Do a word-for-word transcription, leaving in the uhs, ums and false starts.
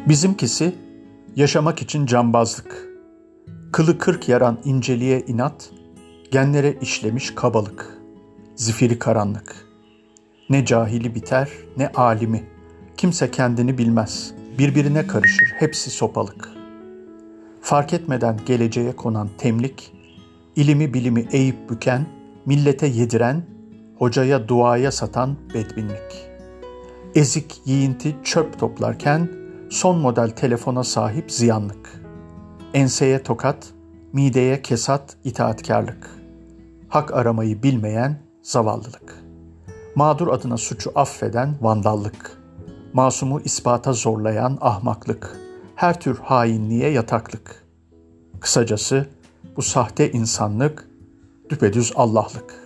Bizimkisi yaşamak için cambazlık, kılı kırk yaran inceliğe inat, genlere işlemiş kabalık, zifiri karanlık. Ne cahili biter ne alimi, kimse kendini bilmez, birbirine karışır, hepsi sopalık. Fark etmeden geleceğe konan temlik, ilimi bilimi eğip büken, millete yediren, hocaya duaya satan bedbinlik. Ezik yiğinti çöp toplarken, son model telefona sahip ziyanlık. Enseye tokat, mideye kesat itaatkarlık. Hak aramayı bilmeyen zavallılık. Mağdur adına suçu affeden vandallık. Masumu ispata zorlayan ahmaklık. Her tür hainliğe yataklık. Kısacası bu sahte insanlık, düpedüz Allah'lık.